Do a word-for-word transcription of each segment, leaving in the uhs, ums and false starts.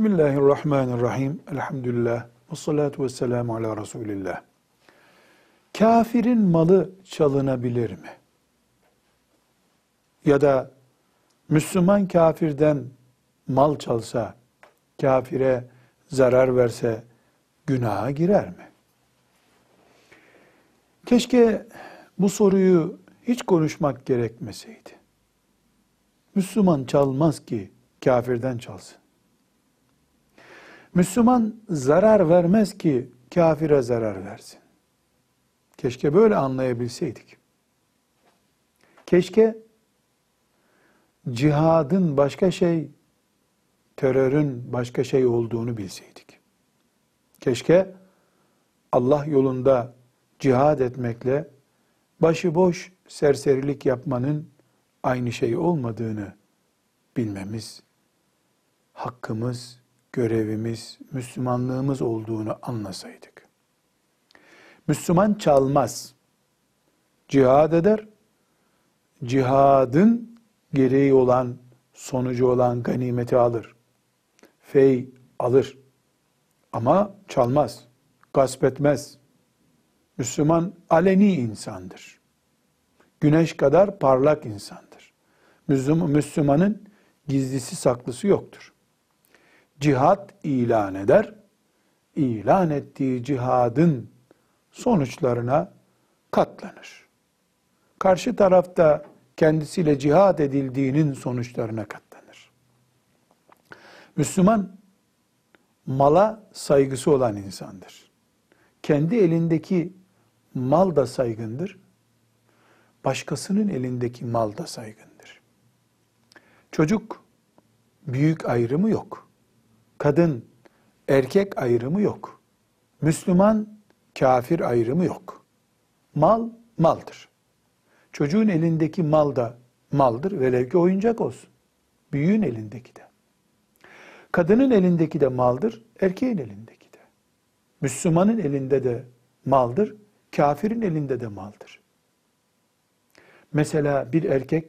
Bismillahirrahmanirrahim. Elhamdülillah. Ve salatu ve selamu ala Resulillah. Kafirin malı çalınabilir mi? Ya da Müslüman kafirden mal çalsa, kafire zarar verse günaha girer mi? Keşke bu soruyu hiç konuşmak gerekmeseydi. Müslüman çalmaz ki kafirden çalsın. Müslüman zarar vermez ki kafire zarar versin. Keşke böyle anlayabilseydik. Keşke cihadın başka şey, terörün başka şey olduğunu bilseydik. Keşke Allah yolunda cihad etmekle başıboş serserilik yapmanın aynı şey olmadığını bilmemiz, hakkımız, görevimiz, Müslümanlığımız olduğunu anlasaydık. Müslüman çalmaz, cihad eder, cihadın gereği olan, sonucu olan ganimeti alır, fey alır ama çalmaz, gasp etmez. Müslüman aleni insandır. Güneş kadar parlak insandır. Müslümanın gizlisi saklısı yoktur. Cihad ilan eder, ilan ettiği cihadın sonuçlarına katlanır. Karşı tarafta kendisiyle cihad edildiğinin sonuçlarına katlanır. Müslüman, mala saygısı olan insandır. Kendi elindeki mal da saygındır, başkasının elindeki mal da saygındır. Çocuk, büyük ayrımı yok. Kadın, erkek ayrımı yok. Müslüman, kafir ayrımı yok. Mal, maldır. Çocuğun elindeki mal da maldır, velev ki oyuncak olsun. Büyüğün elindeki de. Kadının elindeki de maldır, erkeğin elindeki de. Müslümanın elinde de maldır, kafirin elinde de maldır. Mesela bir erkek,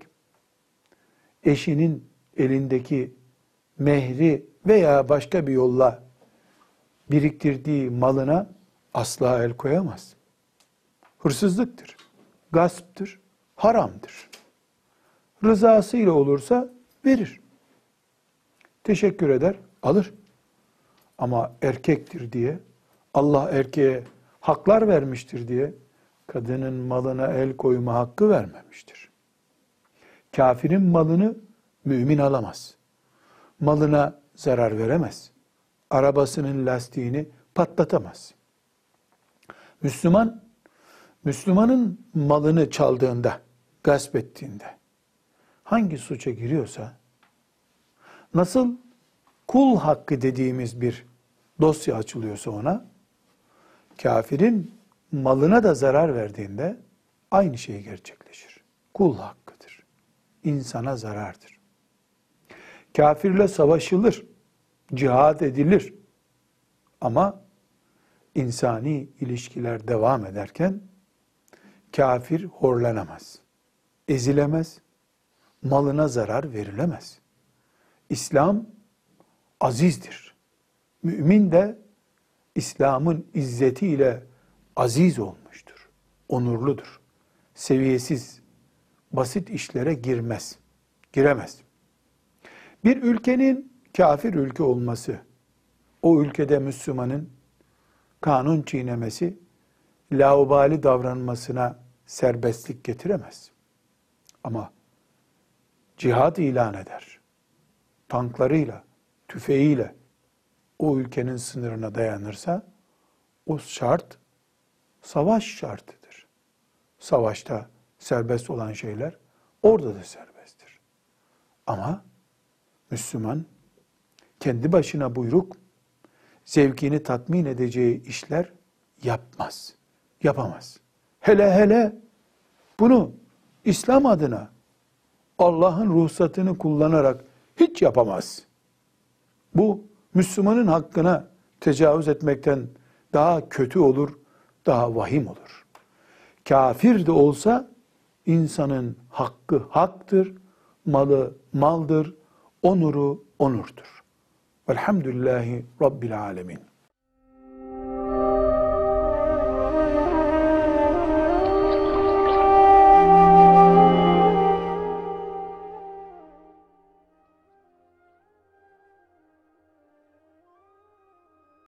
eşinin elindeki mehri veya başka bir yolla biriktirdiği malına asla el koyamaz. Hırsızlıktır, gasptır, haramdır. Rızasıyla olursa verir. Teşekkür eder, alır. Ama erkektir diye, Allah erkeğe haklar vermiştir diye, kadının malına el koyma hakkı vermemiştir. Kafirin malını mümin alamaz. Malına zarar veremez. Arabasının lastiğini patlatamaz. Müslüman, Müslümanın malını çaldığında, gasp ettiğinde, hangi suça giriyorsa, nasıl kul hakkı dediğimiz bir dosya açılıyorsa ona, kafirin malına da zarar verdiğinde aynı şey gerçekleşir. Kul hakkıdır. İnsana zarardır. Kafirle savaşılır, cihad edilir. Ama insani ilişkiler devam ederken kafir horlanamaz, ezilemez, malına zarar verilemez. İslam azizdir. Mümin de İslam'ın izzetiyle aziz olmuştur, onurludur. Seviyesiz, basit işlere girmez, giremez. Bir ülkenin kafir ülke olması, o ülkede Müslümanın kanun çiğnemesi, laubali davranmasına serbestlik getiremez. Ama cihad ilan eder, tanklarıyla, tüfeğiyle o ülkenin sınırına dayanırsa, o şart savaş şartıdır. Savaşta serbest olan şeyler orada da serbesttir. Ama Müslüman kendi başına buyruk, zevkini tatmin edeceği işler yapmaz, yapamaz. Hele hele bunu İslam adına Allah'ın ruhsatını kullanarak hiç yapamaz. Bu Müslümanın hakkına tecavüz etmekten daha kötü olur, daha vahim olur. Kafir de olsa insanın hakkı haktır, malı maldır, onuru onurdur. Velhamdülillahi Rabbil alemin.